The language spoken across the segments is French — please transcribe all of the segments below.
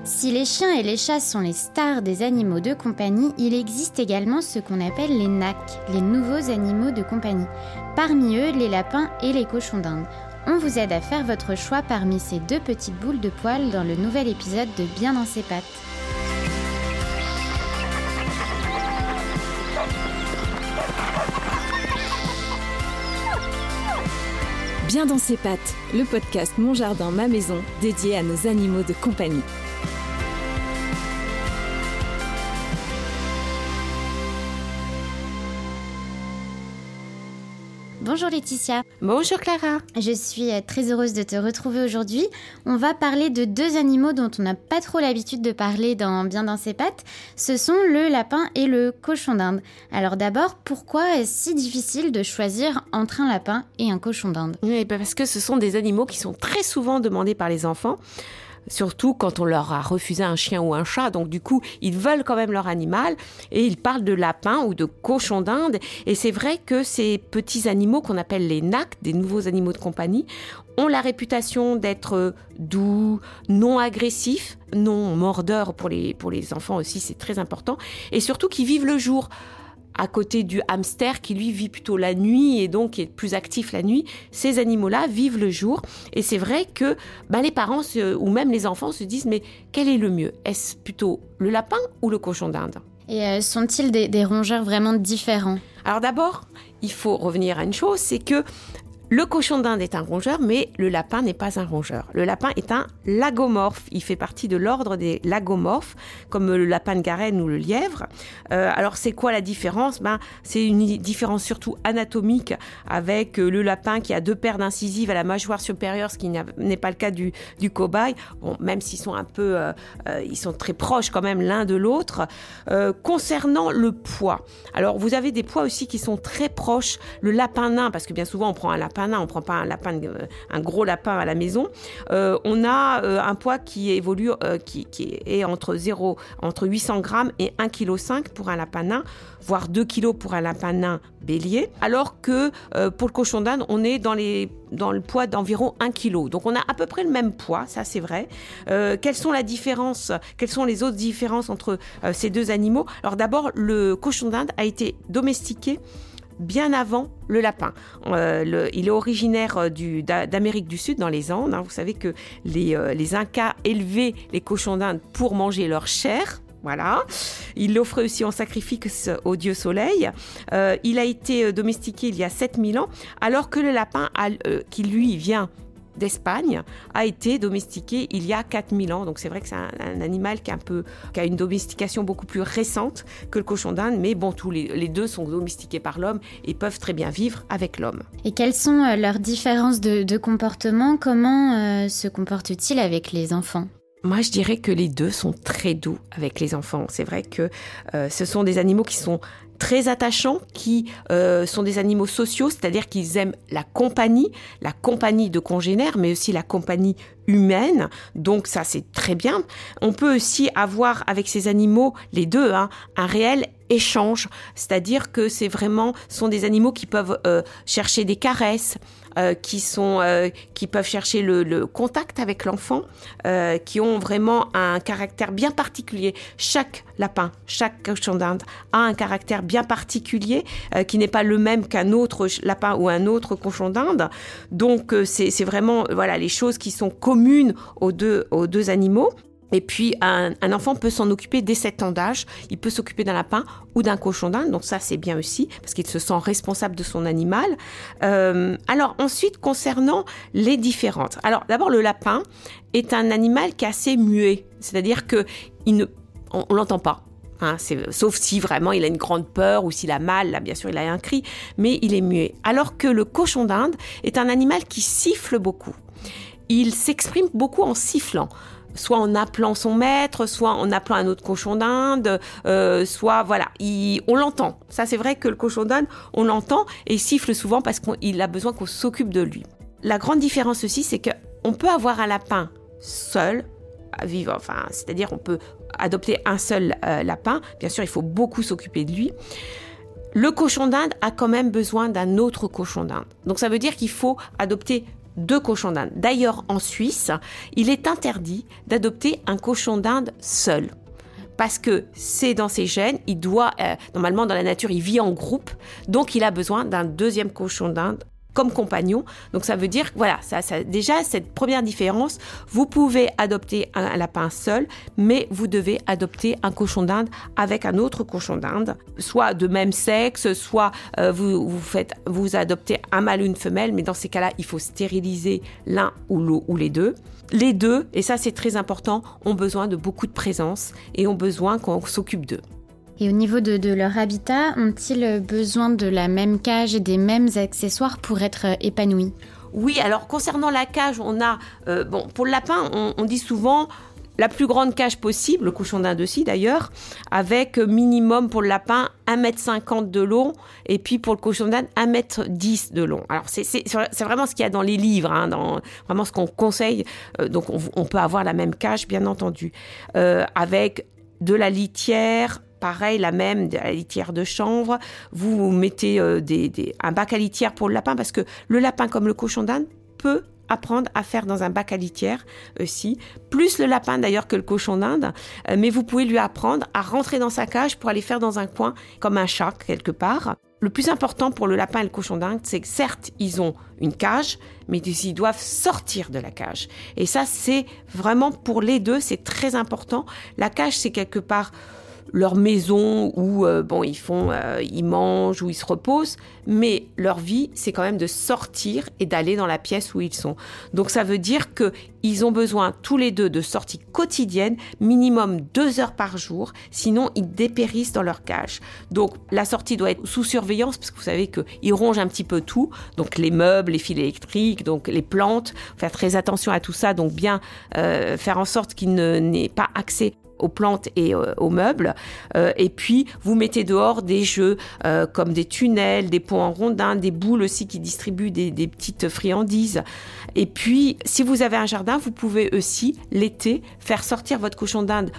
Si les chiens et les chats sont les stars des animaux de compagnie, il existe également ce qu'on appelle les NAC, les nouveaux animaux de compagnie. Parmi eux, les lapins et les cochons d'Inde. On vous aide à faire votre choix parmi ces deux petites boules de poils dans le nouvel épisode de Bien dans ses pattes. Bien dans ses pattes, le podcast Mon Jardin, Ma Maison, dédié à nos animaux de compagnie. Bonjour Laetitia. Bonjour Clara. Je suis très heureuse de te retrouver aujourd'hui. On va parler de deux animaux dont on n'a pas trop l'habitude de parler dans Bien dans ses pattes. Ce sont le lapin et le cochon d'Inde. Alors d'abord, pourquoi est-ce si difficile de choisir entre un lapin et un cochon d'Inde ? Oui, parce que ce sont des animaux qui sont très souvent demandés par les enfants. Surtout quand on leur a refusé un chien ou un chat. Donc du coup, ils veulent quand même leur animal et ils parlent de lapin ou de cochon d'Inde. Et c'est vrai que ces petits animaux qu'on appelle les NAC, des nouveaux animaux de compagnie, ont la réputation d'être doux, non agressifs, non mordeurs pour les enfants aussi, c'est très important. Et surtout qui vivent le jour. À côté du hamster qui lui vit plutôt la nuit et donc est plus actif la nuit, ces animaux-là vivent le jour. Et c'est vrai que les parents ou même les enfants se disent mais quel est le mieux ? Est-ce plutôt le lapin ou le cochon d'Inde ? Et sont-ils des rongeurs vraiment différents ? Alors d'abord, il faut revenir à une chose, c'est que le cochon d'Inde est un rongeur, mais le lapin n'est pas un rongeur. Le lapin est un lagomorphe. Il fait partie de l'ordre des lagomorphes, comme le lapin de Garenne ou le lièvre. Alors, c'est quoi la différence ? C'est une différence surtout anatomique avec le lapin qui a 2 paires d'incisives à la mâchoire supérieure, ce qui n'est pas le cas du cobaye. Bon, même s'ils sont ils sont très proches quand même l'un de l'autre. Concernant le poids, alors vous avez des poids aussi qui sont très proches. Le lapin nain, parce que bien souvent on prend un lapin nain, on ne prend pas un gros lapin à la maison. On a un poids qui évolue, qui est entre 800 grammes et 1,5 kg pour un lapin nain, voire 2 kg pour un lapin nain bélier, alors que pour le cochon d'Inde, on est dans le poids d'environ 1 kg. Donc on a à peu près le même poids, ça c'est vrai. Quelles sont les autres différences entre ces deux animaux ? Alors d'abord, le cochon d'Inde a été domestiqué bien avant le lapin. Il est originaire d'Amérique du Sud, dans les Andes. Vous savez que les Incas élevaient les cochons d'Inde pour manger leur chair. Voilà. Il l'offrait aussi en sacrifice au dieu soleil. Il a été domestiqué il y a 7000 ans, alors que le lapin, qui lui vient d'Espagne, a été domestiqué il y a 4000 ans. Donc c'est vrai que c'est un animal qui a une domestication beaucoup plus récente que le cochon d'Inde, mais bon, les deux sont domestiqués par l'homme et peuvent très bien vivre avec l'homme. Et quelles sont leurs différences de comportement ? Comment se comportent-ils avec les enfants ? Moi, je dirais que les deux sont très doux avec les enfants. C'est vrai que ce sont des animaux qui sont très attachants, qui sont des animaux sociaux, c'est-à-dire qu'ils aiment la compagnie de congénères, mais aussi la compagnie humaine. Donc ça, c'est très bien. On peut aussi avoir avec ces animaux, les deux, un réel échange, c'est-à-dire que sont des animaux qui peuvent chercher des caresses, qui peuvent chercher le contact avec l'enfant, qui ont vraiment un caractère bien particulier. Chaque lapin, chaque cochon d'Inde a un caractère bien particulier qui n'est pas le même qu'un autre lapin ou un autre cochon d'Inde. Donc c'est vraiment les choses qui sont communes aux deux animaux. Et puis, un enfant peut s'en occuper dès 7 ans d'âge. Il peut s'occuper d'un lapin ou d'un cochon d'Inde. Donc ça, c'est bien aussi, parce qu'il se sent responsable de son animal. Alors ensuite, concernant les différentes. Alors d'abord, le lapin est un animal qui est assez muet. C'est-à-dire on l'entend pas. Sauf si vraiment il a une grande peur ou s'il a mal, là bien sûr il a un cri, mais il est muet. Alors que le cochon d'Inde est un animal qui siffle beaucoup. Il s'exprime beaucoup en sifflant. Soit en appelant son maître, soit en appelant un autre cochon d'Inde, on l'entend. Ça, c'est vrai que le cochon d'Inde, on l'entend et il siffle souvent parce qu'il a besoin qu'on s'occupe de lui. La grande différence aussi, c'est qu'on peut avoir un lapin seul, à vivre, c'est-à-dire on peut adopter un seul lapin. Bien sûr, il faut beaucoup s'occuper de lui. Le cochon d'Inde a quand même besoin d'un autre cochon d'Inde. Donc ça veut dire qu'il faut adopter 2 cochons d'Inde. D'ailleurs, en Suisse, il est interdit d'adopter un cochon d'Inde seul. Parce que c'est dans ses gènes, il doit, normalement dans la nature, il vit en groupe, donc il a besoin d'un deuxième cochon d'Inde comme compagnon. Donc ça veut dire que voilà, déjà cette première différence, vous pouvez adopter un lapin seul, mais vous devez adopter un cochon d'Inde avec un autre cochon d'Inde, soit de même sexe, soit vous adoptez un mâle ou une femelle, mais dans ces cas-là, il faut stériliser l'un ou les deux. Les deux, et ça c'est très important, ont besoin de beaucoup de présence et ont besoin qu'on s'occupe d'eux. Et au niveau de leur habitat, ont-ils besoin de la même cage et des mêmes accessoires pour être épanouis ? Oui, alors concernant la cage, on a, pour le lapin, on dit souvent la plus grande cage possible, le cochon d'Inde aussi d'ailleurs, avec minimum pour le lapin 1,50 m de long et puis pour le cochon d'Inde 1,10 m de long. Alors c'est vraiment ce qu'il y a dans les livres, dans vraiment ce qu'on conseille. Donc on peut avoir la même cage bien entendu, avec de la litière. Pareil, la litière de chanvre. Vous mettez un bac à litière pour le lapin parce que le lapin, comme le cochon d'Inde, peut apprendre à faire dans un bac à litière aussi. Plus le lapin d'ailleurs que le cochon d'Inde. Mais vous pouvez lui apprendre à rentrer dans sa cage pour aller faire dans un coin comme un chat quelque part. Le plus important pour le lapin et le cochon d'Inde, c'est que certes, ils ont une cage, mais ils doivent sortir de la cage. Et ça, c'est vraiment pour les deux, c'est très important. La cage, c'est quelque part leur maison où ils mangent, où ils se reposent, mais leur vie, c'est quand même de sortir et d'aller dans la pièce où ils sont. Donc ça veut dire qu'ils ont besoin tous les deux de sorties quotidiennes, minimum 2 heures par jour, sinon ils dépérissent dans leur cage. Donc la sortie doit être sous surveillance, parce que vous savez qu'ils rongent un petit peu tout, donc les meubles, les fils électriques, donc les plantes, faire très attention à tout ça, donc bien faire en sorte qu'ils n'aient pas accès aux plantes et aux meubles. Et puis, vous mettez dehors des jeux comme des tunnels, des pots en rondin, des boules aussi qui distribuent des petites friandises. Et puis, si vous avez un jardin, vous pouvez aussi, l'été, faire sortir vos cochons d'Inde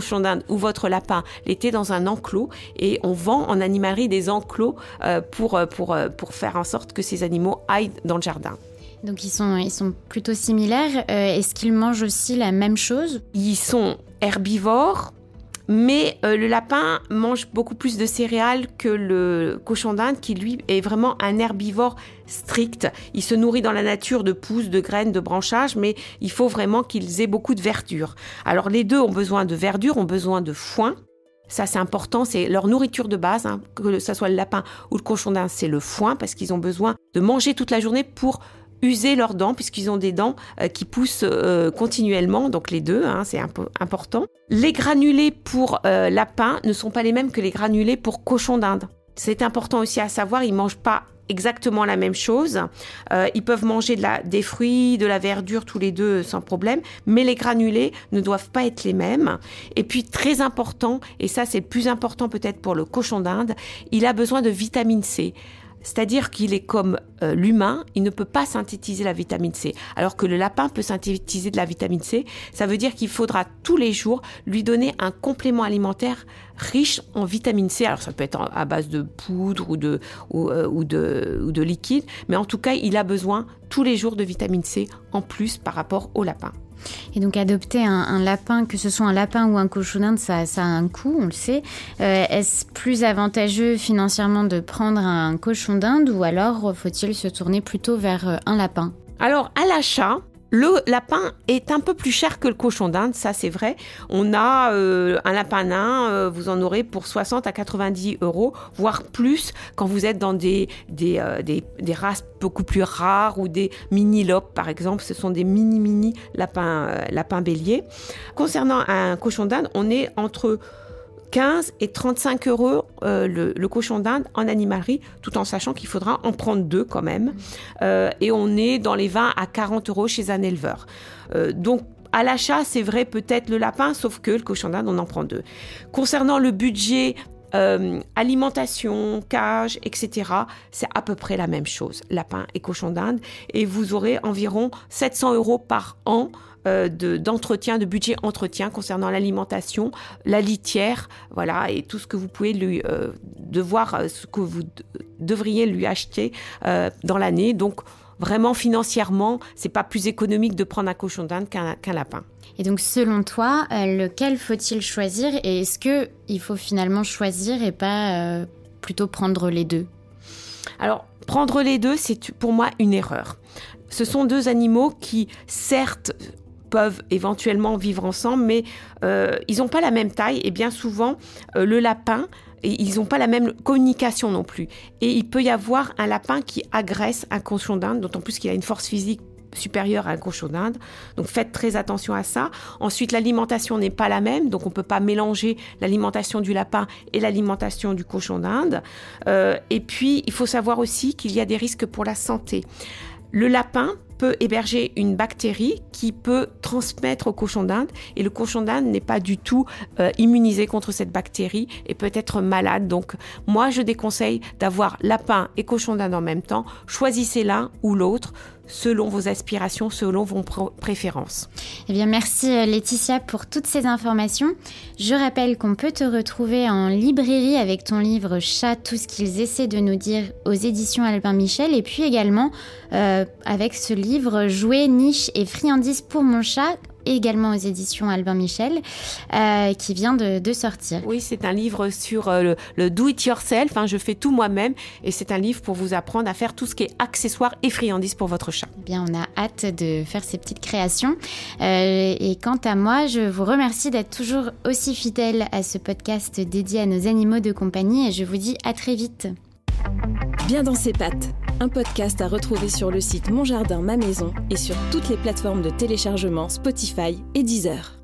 ou votre lapin l'été dans un enclos. Et on vend en animalerie des enclos pour faire en sorte que ces animaux aillent dans le jardin. Donc, ils sont plutôt similaires. Est-ce qu'ils mangent aussi la même chose ? Ils sont herbivores, mais le lapin mange beaucoup plus de céréales que le cochon d'Inde, qui lui est vraiment un herbivore strict. Il se nourrit dans la nature de pousses, de graines, de branchages, mais il faut vraiment qu'ils aient beaucoup de verdure. Alors les deux ont besoin de verdure, ont besoin de foin. Ça, c'est important, c'est leur nourriture de base, que ce soit le lapin ou le cochon d'Inde, c'est le foin, parce qu'ils ont besoin de manger toute la journée pour user leurs dents, puisqu'ils ont des dents qui poussent continuellement, donc les deux, c'est important. Les granulés pour lapin ne sont pas les mêmes que les granulés pour cochon d'Inde. C'est important aussi à savoir, ils ne mangent pas exactement la même chose. Ils peuvent manger des fruits, de la verdure, tous les deux sans problème, mais les granulés ne doivent pas être les mêmes. Et puis, très important, et ça c'est le plus important peut-être pour le cochon d'Inde, il a besoin de vitamine C. C'est-à-dire qu'il est comme l'humain, il ne peut pas synthétiser la vitamine C. Alors que le lapin peut synthétiser de la vitamine C, ça veut dire qu'il faudra tous les jours lui donner un complément alimentaire riche en vitamine C. Alors ça peut être à base de poudre ou de liquide, mais en tout cas, il a besoin tous les jours de vitamine C en plus par rapport au lapin. Et donc adopter un lapin, que ce soit un lapin ou un cochon d'Inde, ça a un coût, on le sait. Est-ce plus avantageux financièrement de prendre un cochon d'Inde ou alors faut-il se tourner plutôt vers un lapin ? Alors à l'achat, le lapin est un peu plus cher que le cochon d'Inde, ça c'est vrai. On a un lapin nain, vous en aurez pour 60 à 90 €, voire plus quand vous êtes dans des races beaucoup plus rares ou des mini-lopes par exemple. Ce sont des mini lapins béliers. Concernant un cochon d'Inde, on est entre 15 et 35 € le cochon d'Inde en animalerie, tout en sachant qu'il faudra en prendre 2 quand même. Et on est dans les 20 à 40 € chez un éleveur. Donc, à l'achat, c'est vrai peut-être le lapin, sauf que le cochon d'Inde, on en prend 2. Concernant le budget alimentation, cage, etc., c'est à peu près la même chose, lapin et cochon d'Inde. Et vous aurez environ 700 € par an d'entretien, de budget entretien concernant l'alimentation, la litière, voilà, et tout ce que vous pouvez ce que vous devriez lui acheter dans l'année. Donc, vraiment financièrement, c'est pas plus économique de prendre un cochon d'Inde qu'un lapin. Et donc, selon toi, lequel faut-il choisir et est-ce qu'il faut finalement choisir et pas plutôt prendre les deux ? Alors, prendre les deux, c'est pour moi une erreur. Ce sont deux animaux qui, certes, peuvent éventuellement vivre ensemble, mais ils n'ont pas la même taille et bien souvent, le lapin, ils n'ont pas la même communication non plus. Et il peut y avoir un lapin qui agresse un cochon d'Inde, d'autant plus qu'il a une force physique supérieure à un cochon d'Inde. Donc faites très attention à ça. Ensuite, l'alimentation n'est pas la même, donc on ne peut pas mélanger l'alimentation du lapin et l'alimentation du cochon d'Inde. Et puis, il faut savoir aussi qu'il y a des risques pour la santé. Le lapin peut héberger une bactérie qui peut transmettre au cochon d'Inde et le cochon d'Inde n'est pas du tout immunisé contre cette bactérie et peut être malade. Donc moi je déconseille d'avoir lapin et cochon d'Inde en même temps. Choisissez l'un ou l'autre selon vos aspirations, selon vos préférences. Eh bien, merci Laetitia pour toutes ces informations. Je rappelle qu'on peut te retrouver en librairie avec ton livre « Chat, tout ce qu'ils essaient de nous dire » aux éditions Albin Michel et puis également avec ce livre « Jouets, niches et friandises pour mon chat » également aux éditions Albin Michel, qui vient de sortir. Oui, c'est un livre sur le do-it-yourself, je fais tout moi-même, et c'est un livre pour vous apprendre à faire tout ce qui est accessoires et friandises pour votre chat. Eh bien, on a hâte de faire ces petites créations. Et quant à moi, je vous remercie d'être toujours aussi fidèles à ce podcast dédié à nos animaux de compagnie, et je vous dis à très vite. Bien dans ses pattes, un podcast à retrouver sur le site Mon Jardin, Ma Maison et sur toutes les plateformes de téléchargement Spotify et Deezer.